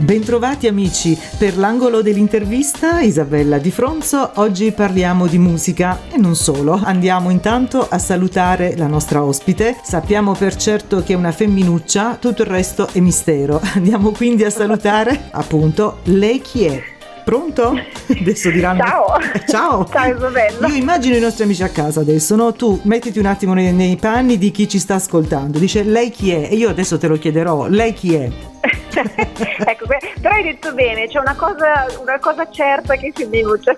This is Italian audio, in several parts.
Bentrovati amici, per l'angolo dell'intervista Isabella Di Fronzo. Oggi parliamo di musica e non solo. Andiamo intanto a salutare la nostra ospite. Sappiamo per certo che è una femminuccia, tutto il resto è mistero. Andiamo quindi a salutare appunto lei chi è. Pronto? Adesso diranno Ciao Isabella. Io immagino i nostri amici a casa adesso, no? Tu mettiti un attimo nei panni di chi ci sta ascoltando. Dice lei chi è? E io adesso te lo chiederò, lei chi è? Ecco, però hai detto bene, c'è una cosa certa che si dice,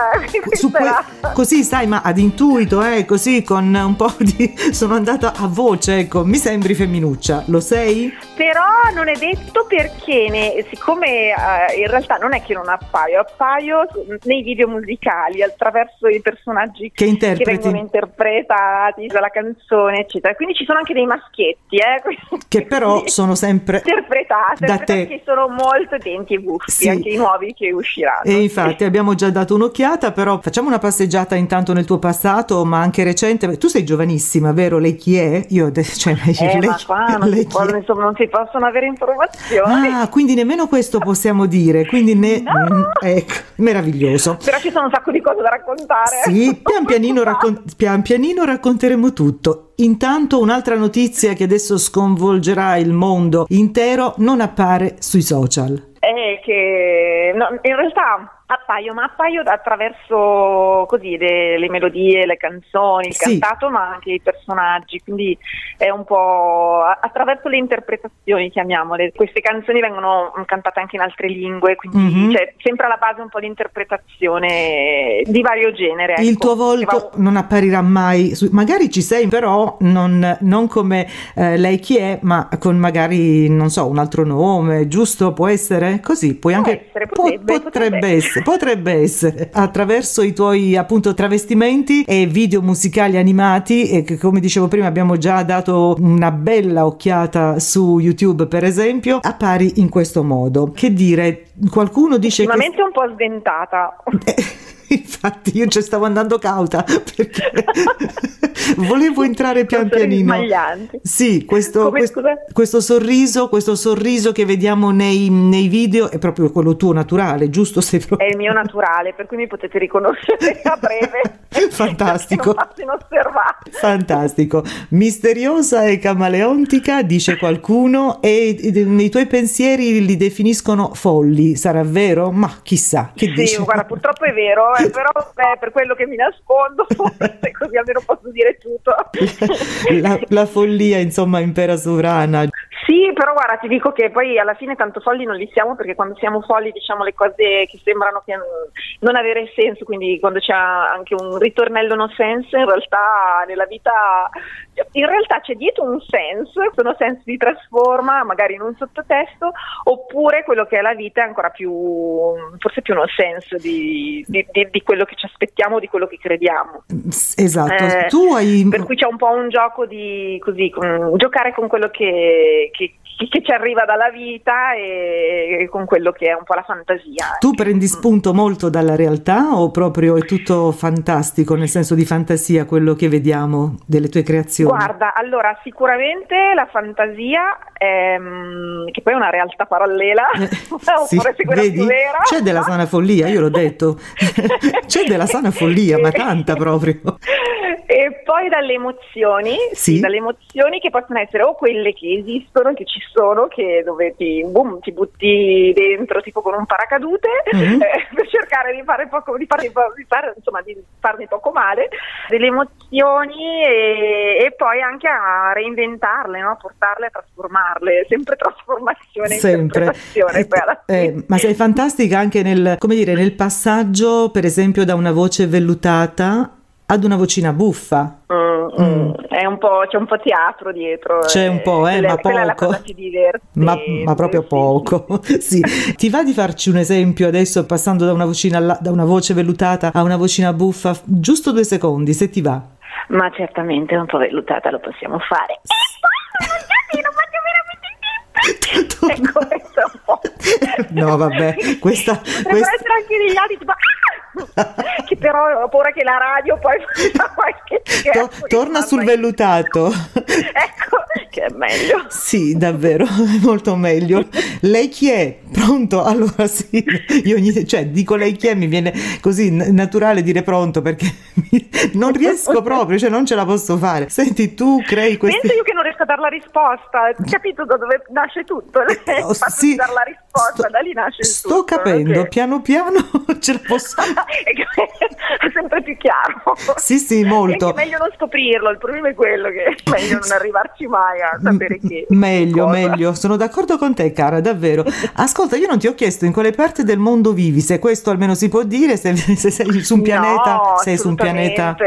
così sai, ma ad intuito, così con un po' di sono andata a voce, ecco, mi sembri femminuccia, lo sei? Però non è detto, perché siccome in realtà non è che non appaio nei video musicali attraverso i personaggi che vengono interpretati dalla canzone, eccetera. Quindi ci sono anche dei maschietti, che però sono sempre interpretati da te, perché sono molto denti e buffi, sì. Anche i nuovi che usciranno. E infatti abbiamo già dato un'occhiata, però facciamo una passeggiata intanto nel tuo passato, ma anche recente. Tu sei giovanissima, vero? Lei chi è? Io ma qua non si possono avere informazioni. Ah, quindi nemmeno questo possiamo dire, quindi ecco, meraviglioso. Però ci sono un sacco di cose da raccontare. Sì, pian pianino racconteremo tutto. Intanto un'altra notizia che adesso sconvolgerà il mondo intero non appare sui social. Che in realtà appaio attraverso così le melodie, le canzoni, il cantato, ma anche i personaggi, quindi è un po' attraverso le interpretazioni, chiamiamole. Queste canzoni vengono cantate anche in altre lingue, quindi c'è sempre alla base un po' di interpretazione di vario genere. Ecco. Il tuo volto non apparirà mai, magari ci sei, però non come lei chi è, ma con magari, non so, un altro nome, giusto? Può essere? Così, puoi anche potrebbe essere attraverso i tuoi appunto travestimenti e video musicali animati, e che, come dicevo prima, abbiamo già dato una bella occhiata su YouTube, per esempio, appari in questo modo. Che dire, qualcuno dice ultimamente un po' sventata. Infatti io ci stavo andando cauta perché volevo entrare pian pianino. Sì, questo sorriso che vediamo nei video è proprio quello tuo naturale, giusto? È il mio naturale, per cui mi potete riconoscere a breve. Fantastico. Non passo inosservati. Fantastico. Misteriosa e camaleontica, dice qualcuno, e i tuoi pensieri li definiscono folli. Sarà vero? Ma chissà. Che dici? Guarda, purtroppo è vero. Però per quello che mi nascondo, così almeno posso dire tutto. La follia, insomma, impera sovrana. Sì, però guarda, ti dico che poi alla fine tanto folli non li siamo, perché quando siamo folli diciamo le cose che sembrano che non avere senso, quindi quando c'è anche un ritornello no sense, in realtà nella vita c'è dietro un senso, questo senso si trasforma magari in un sottotesto, oppure quello che è la vita è ancora più, forse più no senso di quello che ci aspettiamo, di quello che crediamo. Esatto. Per cui c'è un po' un gioco di così, giocare con quello che ci arriva dalla vita e con quello che è un po' la fantasia. Tu prendi spunto molto dalla realtà o proprio è tutto fantastico, nel senso di fantasia, quello che vediamo delle tue creazioni? Guarda, allora sicuramente la fantasia che poi è una realtà parallela, sì, vedi? Vera. C'è della sana follia, io l'ho detto. C'è della sana follia, ma tanta proprio. E poi dalle emozioni, dalle emozioni che possono essere o quelle che esistono, che ci sono, che dove ti butti dentro tipo con un paracadute per cercare di farne poco male, delle emozioni e poi anche a reinventarle, no? A portarle, a trasformarle, sempre trasformazione, interpretazione. Poi alla fine. Ma sei fantastica anche nel passaggio, per esempio, da una voce vellutata ad una vocina buffa. È un po', c'è un po' teatro dietro. C'è un po', ma poco. Quella è la cosa più divertente. Ma proprio poco. Sì. Ti va di farci un esempio adesso, passando da una voce vellutata a una vocina buffa? Giusto 2 secondi, se ti va. Ma certamente un po' vellutata lo possiamo fare. Ecco, questo è un po'. No, vabbè, questa essere anche degli altri tipo che però ho paura che la radio poi faccia qualche scherzo. Torna sul vellutato. Ecco, che è meglio. Sì, davvero, è molto meglio. Lei chi è? Pronto? Allora sì, io dico lei chi è, mi viene così naturale dire pronto, perché non riesco proprio, cioè non ce la posso fare. Senti, tu crei queste... Penso io che non riesco a dare la risposta, capito da dove nasce tutto? Sì, dare la risposta, da lì nasce tutto. Sto capendo, okay. Piano piano ce la posso... È sempre più chiaro. Sì, molto. È meglio non scoprirlo, il problema è quello che è meglio non arrivarci mai a sapere che. Meglio, sono d'accordo con te, cara, davvero. Ascolta, io non ti ho chiesto in quale parte del mondo vivi, se questo almeno si può dire, se sei su un pianeta, no, sei su un pianeta.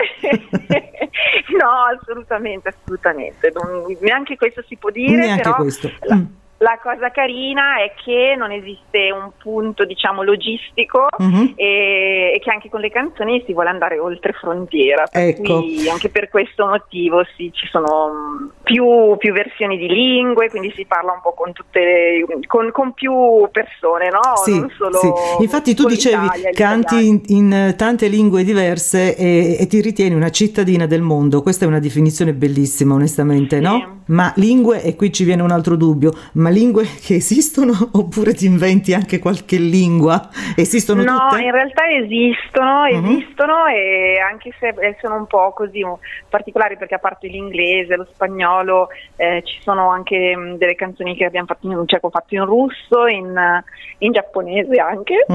No, assolutamente, neanche questo si può dire, neanche però questo. La cosa carina è che non esiste un punto, diciamo, logistico e che anche con le canzoni si vuole andare oltre frontiera. Ecco. Quindi anche per questo motivo sì, ci sono più versioni di lingue, quindi si parla un po' con tutte con più persone, no? Sì, non solo sì. Infatti tu dicevi canti in tante lingue diverse e ti ritieni una cittadina del mondo. Questa è una definizione bellissima, onestamente, no? Sì. Ma lingue, e qui ci viene un altro dubbio, ma lingue che esistono oppure ti inventi anche qualche lingua? Esistono tutte? No, in realtà esistono e anche se sono un po' così particolari, perché a parte l'inglese, lo spagnolo, ci sono anche delle canzoni che abbiamo fatto che ho fatto in russo, in giapponese anche.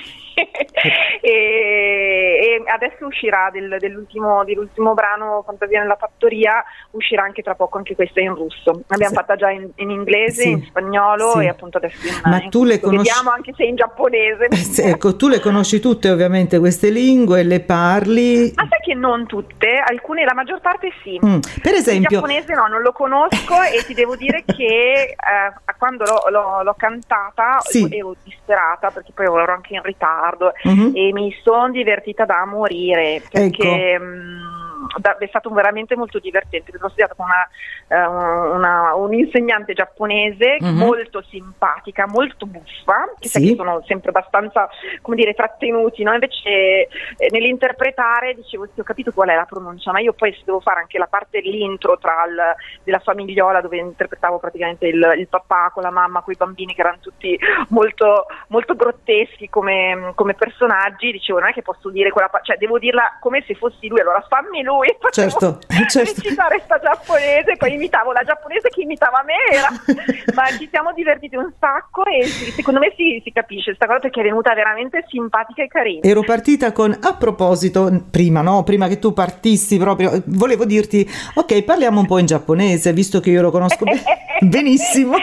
E adesso uscirà dell'ultimo brano, Fantasia nella fattoria, uscirà anche tra poco anche questa in russo. L'abbiamo fatta già in inglese, in spagnolo e appunto adesso Ma tu le conosci... Vediamo anche se in giapponese. Ecco, tu le conosci tutte ovviamente queste lingue, le parli? Ma sai che non tutte, alcune, la maggior parte sì. Per esempio... Il giapponese no, non lo conosco e ti devo dire che quando l'ho cantata ero disperata, perché poi ero anche in ritardo e mi sono divertita da morire, perché è stato veramente molto divertente. Sono studiata con un insegnante giapponese molto simpatica, molto buffa, che sai che sono sempre abbastanza, come dire, trattenuti, no? Invece nell'interpretare dicevo sì, ho capito qual è la pronuncia, ma io poi devo fare anche la parte dell'intro della famigliola, dove interpretavo praticamente il papà con la mamma, con i bambini che erano tutti molto, molto grotteschi come personaggi. Dicevo, non è che posso dire cioè devo dirla come se fossi lui, allora fammi lui. Certo. Recitare sta giapponese, poi imitavo la giapponese che imitava me, ma ci siamo divertiti un sacco e secondo me si capisce questa cosa, perché è venuta veramente simpatica e carina. Ero partita a proposito, prima che tu partissi proprio, volevo dirti, ok, parliamo un po' in giapponese, visto che io lo conosco benissimo.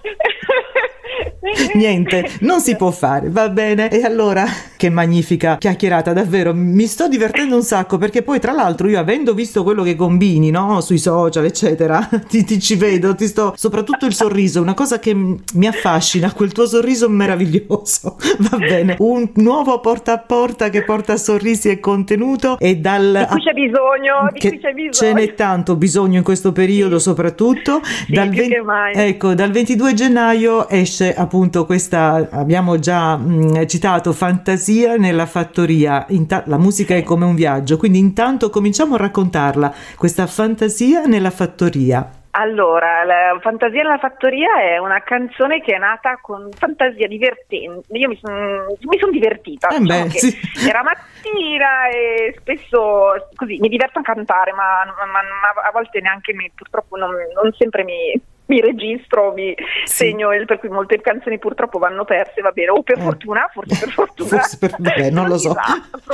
Niente, non si può fare, va bene. E allora, che magnifica chiacchierata, davvero, mi sto divertendo un sacco, perché poi tra l'altro io, avendo visto quello che combini, no, sui social eccetera, ti ci vedo, soprattutto il sorriso, una cosa che mi affascina, quel tuo sorriso meraviglioso, va bene, un nuovo porta a porta che porta sorrisi e contenuto, e di cui c'è bisogno, ce n'è tanto bisogno in questo periodo, soprattutto dal 22 gennaio esce appunto questa, abbiamo già citato, Fantasia nella fattoria. La musica è come un viaggio, quindi intanto cominciamo a raccontarla, questa Fantasia nella fattoria. Allora, la Fantasia nella fattoria è una canzone che è nata con fantasia divertente. Io mi sono divertita. Era mattina e spesso così mi diverto a cantare, ma a volte neanche purtroppo non sempre mi registro, mi segno, per cui molte canzoni purtroppo vanno perse, va bene, o per fortuna, forse per fortuna. Non lo so.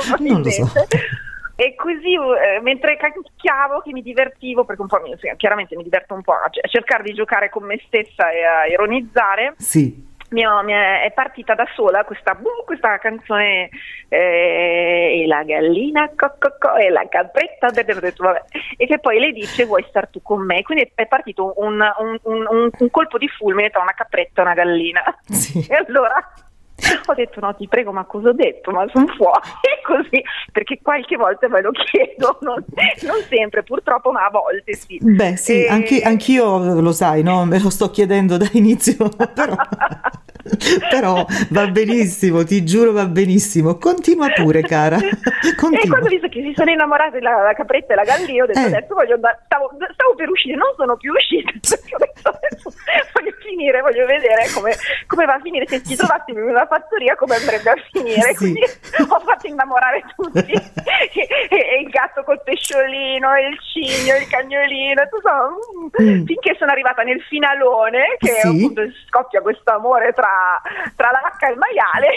E così mentre cacchiavo, che mi divertivo, perché un po' chiaramente mi diverto un po' a cercare di giocare con me stessa e a ironizzare. Sì. È partita da sola questa canzone, e la gallina e la capretta, vabbè, e che poi le dice vuoi star tu con me, quindi è partito un colpo di fulmine tra una capretta e una gallina. Sì. E allora ho detto no, ti prego, ma cosa ho detto? Ma sono fuori, così, perché qualche volta me lo chiedo, non sempre purtroppo, ma a volte sì. Beh sì, anch'io lo sai, no? Me lo sto chiedendo da inizio, però Però va benissimo, ti giuro, va benissimo. Continua pure, cara. Continua. E quando ho visto che si sono innamorate la capretta e la gallina, ho detto adesso voglio andare, stavo per uscire, non sono più uscita, perché ho detto adesso voglio finire, voglio vedere come va a finire, se ci trovassimo in una fattoria come andrebbe a finire. Quindi ho fatto innamorare tutti e il gatto col pesciolino, e il cigno, il cagnolino, finché sono arrivata nel finalone, che appunto scoppia questo amore tra la vacca e il maiale,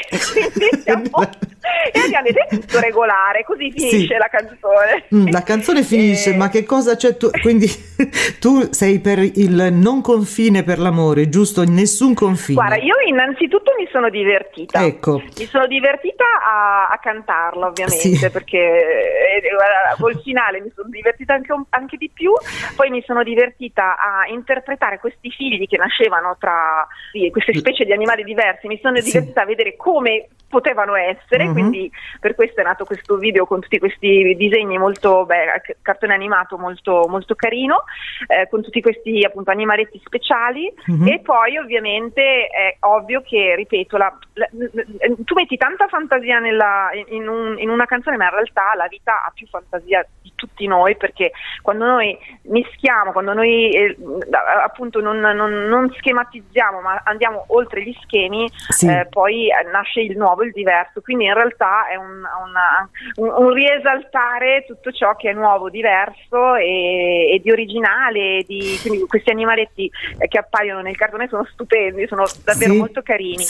e abbiamo detto tutto regolare, così finisce la canzone. La canzone finisce, ma che cosa c'è? Quindi tu sei per il non confine per l'amore, giusto? Nessun confine. Guarda, io innanzitutto mi sono divertita. Ecco. Mi sono divertita a cantarla, ovviamente, perché col finale mi sono divertita anche di più. Poi mi sono divertita a interpretare questi figli che nascevano tra queste specie di animali diversi. Mi sono divertita a vedere come potevano essere, quindi per questo è nato questo video con tutti questi disegni molto cartone animato molto, molto carino, con tutti questi appunto animaletti speciali. E poi ovviamente è ovvio che, ripeto, tu metti tanta fantasia in una canzone, ma in realtà la vita ha più fantasia di tutti noi, perché quando noi mischiamo, quando noi appunto non schematizziamo, ma andiamo oltre gli schemi, poi nasce il nuovo, il diverso. Quindi in realtà è un riesaltare tutto ciò che è nuovo, diverso e di originale. Quindi questi animaletti che appaiono nel cartone sono stupendi, sono davvero molto carini.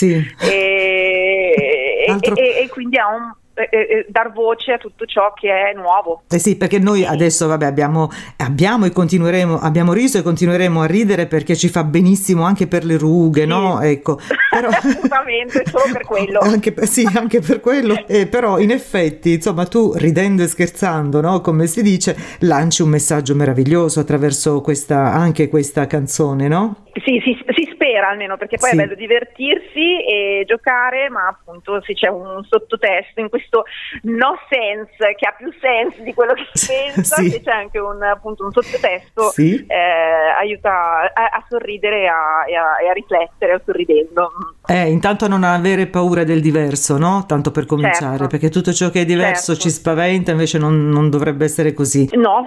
E quindi ha dar voce a tutto ciò che è nuovo. Sì, perché noi adesso abbiamo riso e continueremo a ridere, perché ci fa benissimo anche per le rughe, no? Ecco. Però, assolutamente, solo per quello. Anche per quello. Però in effetti, insomma, tu ridendo e scherzando, no? Come si dice, lanci un messaggio meraviglioso attraverso questa canzone, no? Sì, si spera almeno, perché poi è bello divertirsi e giocare, ma appunto se c'è un sottotesto in questo no sense, che ha più sense di quello che si pensa, se c'è anche un sottotesto, aiuta a sorridere e a riflettere sorridendo. Intanto a non avere paura del diverso, no? Tanto per cominciare, perché tutto ciò che è diverso ci spaventa, invece non dovrebbe essere così. No.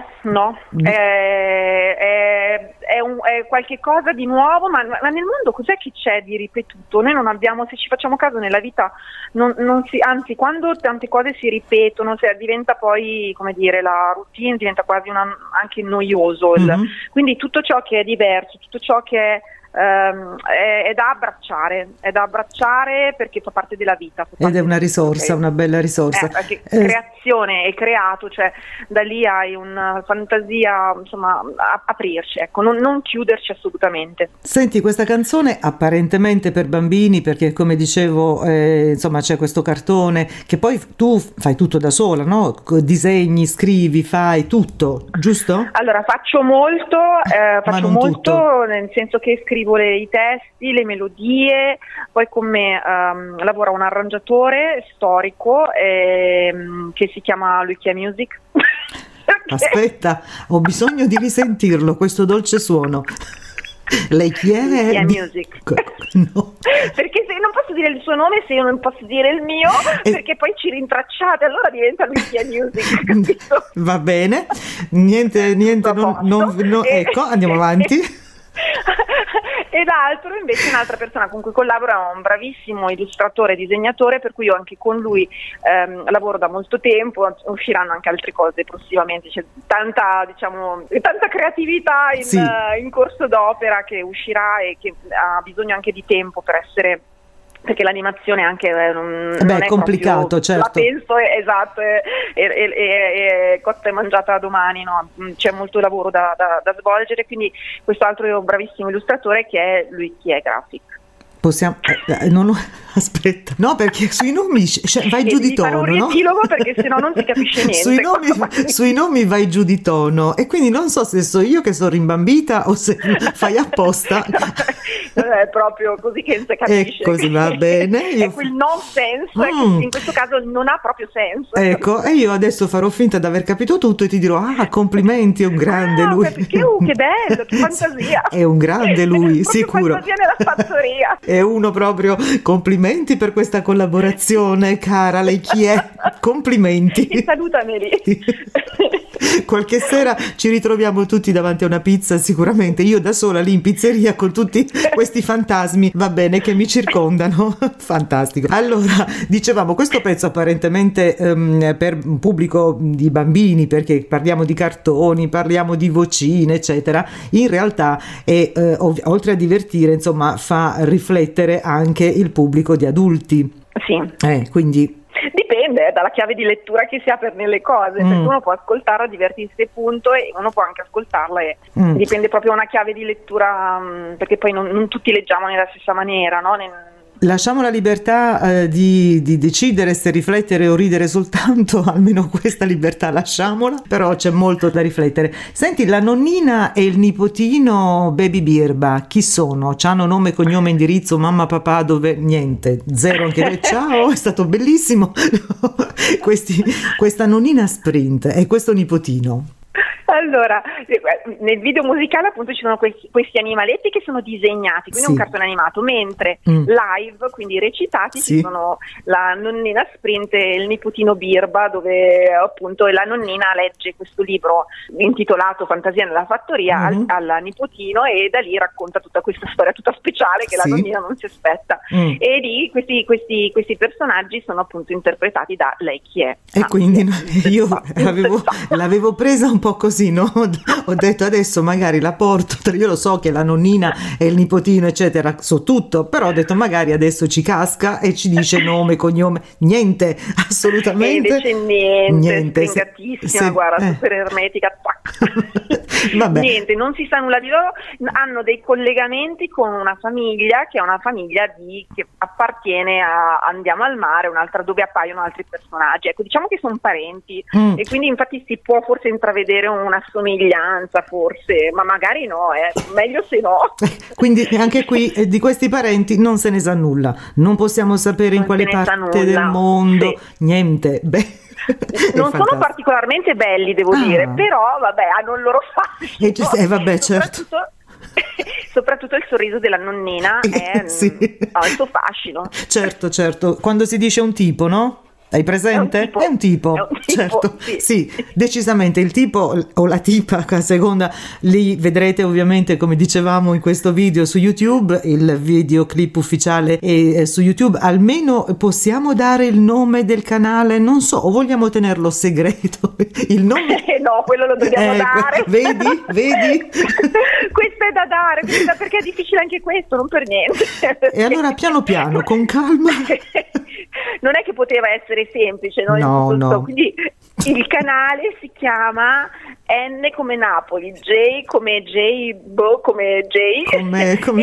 È qualche cosa di nuovo, ma nel mondo cos'è che c'è di ripetuto? Noi non abbiamo, se ci facciamo caso nella vita, anzi, quando tante cose si ripetono, diventa poi, come dire, la routine diventa quasi anche noioso. Quindi tutto ciò che è diverso, tutto ciò che è da abbracciare perché fa parte della vita. Ed è una risorsa, una bella risorsa. Creazione e creato, cioè da lì hai una fantasia, insomma, aprirci, ecco, non chiuderci assolutamente. Senti, questa canzone apparentemente per bambini, perché come dicevo, insomma, c'è questo cartone che poi tu fai tutto da sola, no? Disegni, scrivi, fai tutto, giusto? Allora, faccio molto, nel senso che scrivo i testi, le melodie, poi con me lavora un arrangiatore storico che si chiama Lucia Music. Aspetta, ho bisogno di risentirlo questo dolce suono. Lei chi è? Lucia Music. No. Perché se non posso dire il suo nome, se io non posso dire il mio, perché poi ci rintracciate, allora diventa Lucia Music, capito? Va bene, niente, ecco, andiamo avanti. Ed altro invece un'altra persona con cui collaboro è un bravissimo illustratore e disegnatore, per cui io anche con lui lavoro da molto tempo. Usciranno anche altre cose prossimamente, c'è tanta creatività in corso d'opera che uscirà e che ha bisogno anche di tempo per essere, perché l'animazione anche non è complicato, proprio, certo. La penso, esatto, è cotta e mangiata domani, no? C'è molto lavoro da svolgere, quindi questo altro bravissimo illustratore che è Lucia Graphic. Possiamo aspetta, no, perché sui nomi vai giù di tono, un riepilogo, no? Perché sennò non si capisce niente. Sui nomi vai giù di tono, e quindi non so se so io che sono rimbambita o se fai apposta. Non è proprio così che non si capisce. E così va bene. È quel nonsense che in questo caso non ha proprio senso. Ecco, e io adesso farò finta di aver capito tutto e ti dirò, complimenti, è un grande lui. Che bello, che fantasia. È un grande lui, sicuro. Fantasia nella fattoria. È uno proprio, complimenti per questa collaborazione, cara, lei chi è? Complimenti. E salutameli. Qualche sera ci ritroviamo tutti davanti a una pizza, sicuramente, io da sola lì in pizzeria con tutti questi fantasmi, va bene, che mi circondano. Fantastico. Allora, dicevamo, questo pezzo apparentemente per un pubblico di bambini, perché parliamo di cartoni, parliamo di vocine, eccetera, in realtà è, oltre a divertire, insomma, fa riflettere anche il pubblico di adulti. Sì. Quindi dipende dalla chiave di lettura che si ha per nelle cose, perché uno può ascoltarla, divertirsi appunto, e uno può anche ascoltarla e dipende proprio da una chiave di lettura, perché poi non tutti leggiamo nella stessa maniera, no? Lasciamo la libertà di decidere se riflettere o ridere soltanto, almeno questa libertà lasciamola, però c'è molto da riflettere. Senti, la nonnina e il nipotino Baby Birba, chi sono? C'hanno nome, cognome, indirizzo, mamma, papà, dove? Niente, zero anche lei. Ciao, è stato bellissimo. Questa nonnina Sprint e questo nipotino. Allora, nel video musicale appunto ci sono questi animaletti che sono disegnati, quindi sì, un cartone animato, mentre live, quindi recitati, sì, ci sono la nonnina Sprint e il nipotino Birba, dove appunto la nonnina legge questo libro intitolato Fantasia nella fattoria al nipotino, e da lì racconta tutta questa storia tutta speciale che sì, la nonnina non si aspetta. E lì questi personaggi sono appunto interpretati da Lei chi è. E quindi io l'avevo presa un po' così, no? Ho detto adesso magari la porto, io lo so che la nonnina e il nipotino eccetera so tutto, però ho detto magari adesso ci casca e ci dice nome, cognome, niente, assolutamente e invece niente, springatissima, guarda, super ermetica, vabbè. Niente, non si sa nulla di loro, hanno dei collegamenti con una famiglia che è una famiglia che appartiene a Andiamo al mare, un'altra dove appaiono altri personaggi, ecco, diciamo che sono parenti e quindi infatti si può forse intravedere una somiglianza, forse, ma magari no, meglio se no. Quindi anche qui di questi parenti non se ne sa nulla, non possiamo sapere in quale parte del mondo, niente, non sono particolarmente belli, devo dire, però vabbè, hanno il loro fascino. Vabbè, certo. Soprattutto il sorriso della nonnina ha il suo fascino. Certo, quando si dice un tipo, no? Hai presente? È un tipo, certo, sì, decisamente il tipo o la tipa, a seconda, li vedrete ovviamente come dicevamo in questo video su YouTube, il videoclip ufficiale è su YouTube. Almeno possiamo dare il nome del canale, non so, o vogliamo tenerlo segreto? Il nome? No, quello lo dobbiamo dare. Vedi? Questo è da dare, perché è difficile anche questo, non per niente. E allora piano piano, con calma. Non è che poteva essere semplice, no? No. Quindi il canale si chiama N come Napoli, J come come J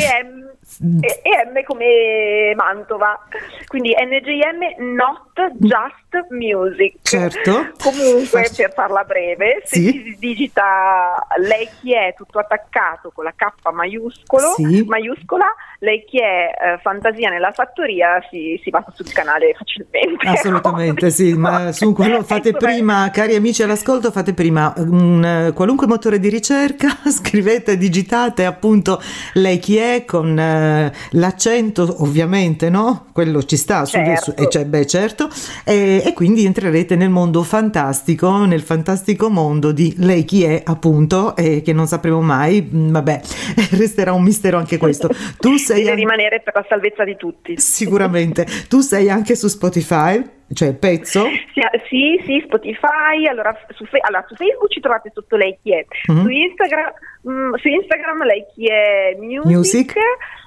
e M come Mantova, quindi NJM Not Just Music. Certo. Comunque, per farla breve, se si digita Lei chi è tutto attaccato con la K maiuscola, Lei chi è Fantasia nella fattoria, si va sul canale facilmente. Assolutamente sì, ma su quello fate prima, cari amici all'ascolto, fate prima un qualunque motore di ricerca, scrivete, digitate appunto Lei chi è con l'accento ovviamente, no? Quello ci sta, certo, e quindi entrerete nel mondo fantastico, nel fantastico mondo di Lei chi è appunto, e che non sapremo mai, vabbè, resterà un mistero anche questo. Tu sei deve rimanere per la salvezza di tutti. Sicuramente. Tu sei anche su Spotify? Cioè il pezzo? Sì, Spotify, allora su Facebook ci trovate sotto Lei chi è, su Instagram Lei chi è Music.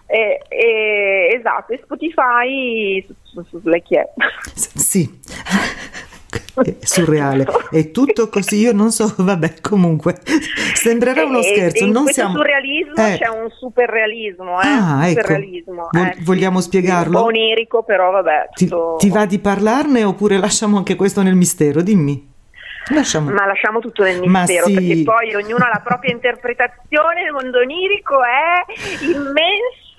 Esatto, e Spotify su Lei chi è. Sì. È surreale, è tutto così, io non so, vabbè, comunque sembrerà uno scherzo. In non questo siamo surrealismo c'è un superrealismo, ecco. Vogliamo spiegarlo? Un po' onirico, però vabbè. Ti va di parlarne oppure lasciamo anche questo nel mistero? Dimmi. Ma lasciamo tutto nel mistero, perché poi ognuno ha la propria interpretazione. Il mondo onirico è immenso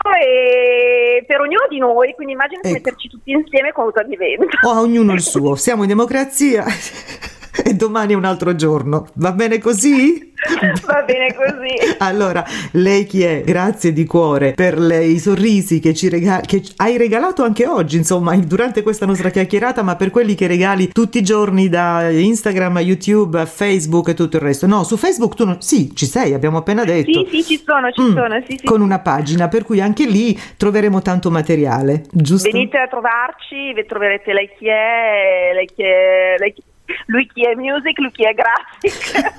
per ognuno di noi, quindi immagina metterci tutti insieme cosa diventa. Ognuno il suo, siamo in democrazia e domani è un altro giorno, va bene così? Va bene così. Allora, lei chi è? Grazie di cuore per i sorrisi che che hai regalato anche oggi, insomma, durante questa nostra chiacchierata, ma per quelli che regali tutti i giorni da Instagram a YouTube a Facebook e tutto il resto. No, su Facebook tu sì, ci sei, abbiamo appena detto. Sì, ci sono, sì. Con una pagina, per cui anche lì troveremo tanto materiale, giusto? Venite a trovarci, troverete lei chi è, lui chi è music, lui chi è graphic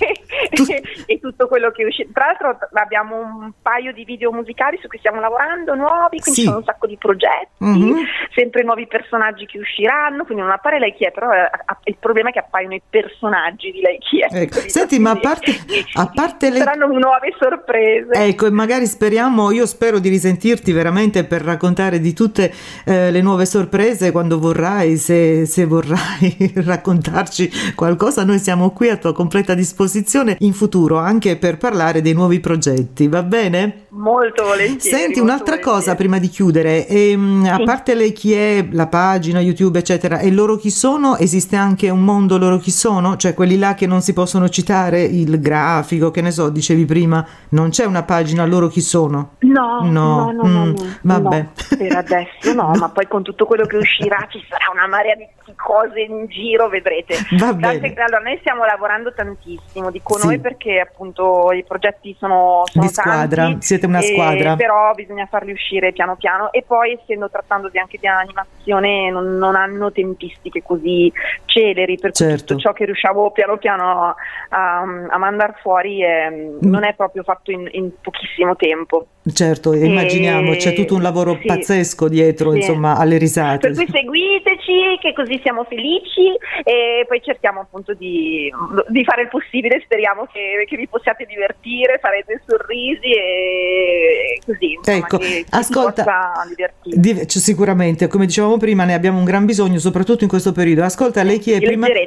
e tutto quello che uscì. Tra l'altro abbiamo un paio di video musicali su cui stiamo lavorando, nuovi, quindi sono un sacco di progetti, sempre nuovi personaggi che usciranno, quindi non appare lei chi è, però il problema è che appaiono i personaggi di lei chi è. Ecco. Senti, ma a parte le... saranno nuove sorprese. Ecco, e magari io spero di risentirti veramente per raccontare di tutte le nuove sorprese quando vorrai, se vorrai raccontarci qualcosa. Noi siamo qui a tua completa disposizione in futuro anche per parlare dei nuovi progetti, va bene? Molto volentieri. Senti, un'altra cosa prima di chiudere, a parte lei chi è, la pagina YouTube eccetera, e loro chi sono, esiste anche un mondo loro chi sono? Cioè quelli là che non si possono citare, il grafico, che ne so, dicevi prima, non c'è una pagina loro chi sono? No. Vabbè. No, per adesso no, ma poi con tutto quello che uscirà ci sarà una marea di cose in giro, vedrete. Va bene. Allora, noi stiamo lavorando tantissimo, noi perché appunto i progetti sono di squadra, tanti, siete una squadra, però bisogna farli uscire piano piano, e poi essendo trattandosi anche di animazione non hanno tempistiche così celeri, per cui tutto ciò che riusciamo piano piano a mandar fuori non è proprio fatto in pochissimo tempo. Certo, immaginiamo, c'è tutto un lavoro pazzesco dietro, insomma, alle risate. Per cui seguiteci, che così siamo felici, e poi cerchiamo appunto di fare il possibile, speriamo che vi possiate divertire, farete sorrisi e così, insomma, ecco, che ascolta, si possa divertire. Sicuramente, come dicevamo prima, ne abbiamo un gran bisogno, soprattutto in questo periodo. Ascolta, lei chi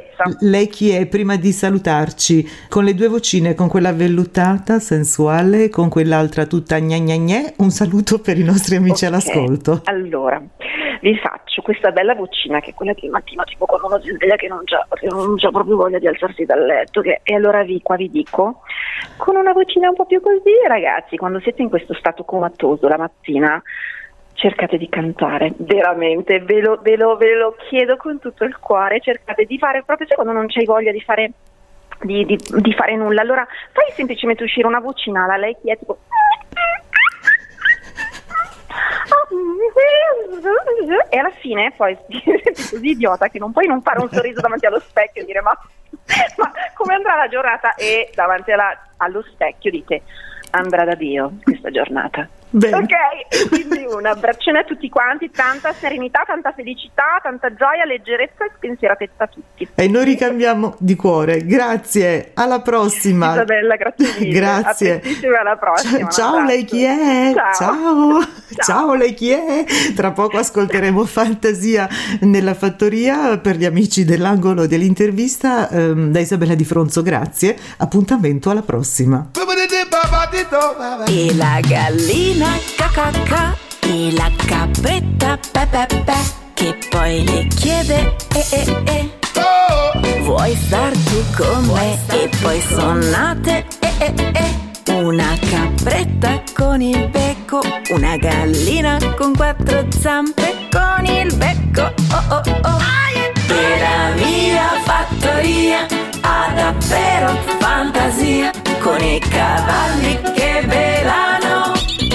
è prima di salutarci, con le due vocine, con quella vellutata, sensuale, con quell'altra tutta gna gna gna, un saluto per i nostri amici all'ascolto. Allora, vi faccio questa bella vocina, che è quella che il mattino, tipo quando uno si sveglia che non c'ha proprio voglia di alzarsi dal letto, e allora vi dico, con una vocina un po' più così, ragazzi, quando siete in questo stato comatoso la mattina, cercate di cantare, veramente, ve lo chiedo con tutto il cuore, cercate di fare, proprio quando non c'hai voglia di fare nulla, allora fai semplicemente uscire una vocina alla lei chi è, tipo e alla fine poi siete così idiota che non puoi non fare un sorriso davanti allo specchio e dire ma come andrà la giornata, e davanti allo specchio dite andrà da Dio questa giornata. Bene. Ok, quindi un abbraccione a tutti quanti, tanta serenità, tanta felicità, tanta gioia, leggerezza e spensieratezza a tutti. E noi ricambiamo di cuore. Grazie, alla prossima. Isabella, grazie mille. Grazie. Alla prossima. Ciao, lei chi è? Ciao, lei chi è? Tra poco ascolteremo Fantasia nella fattoria per gli amici dell'angolo dell'intervista da Isabella Di Fronzo. Grazie, appuntamento alla prossima. E la gallina ca e la capretta pe che poi le chiede vuoi star tu con me? E poi suonate una capretta con il becco, una gallina con quattro zampe con il becco E la mia fattoria ha davvero fantasia, con i cavalli che belano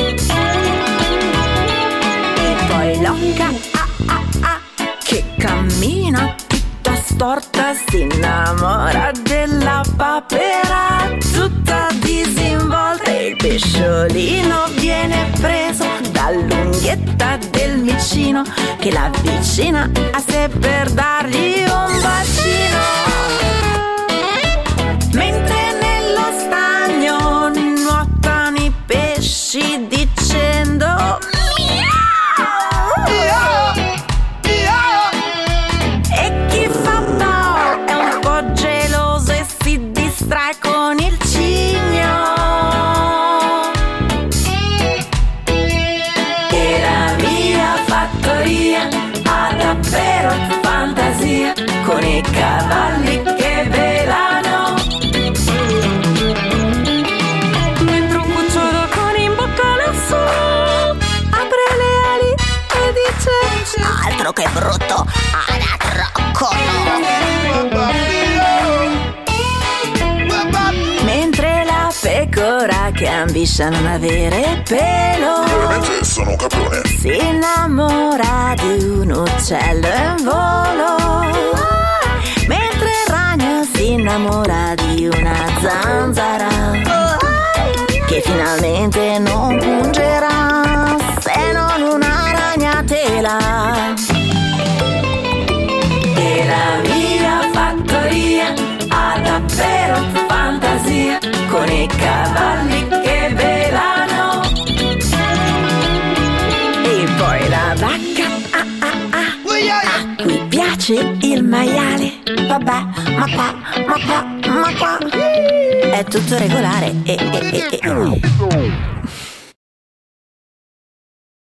e poi l'oca che cammina tutta storta, si innamora della papera tutta disinvolta, e il pesciolino viene preso dall'unghietta del micino che l'avvicina a sé per dargli un bacino, mentre nello stagno nuotano i pesci dicendo e chi fa no è un po' geloso e si distrae con il cigno. E la preferisce non avere pelo. Veramente sono un caprone. Si innamora di un uccello in volo, mentre il ragno si innamora di una zanzara che finalmente non pungerà se non una ragnatela. E la mia fattoria ha davvero fantasia, con i cavalli che velano e poi la vacca a cui piace il maiale. Vabbè, ma qua è tutto regolare.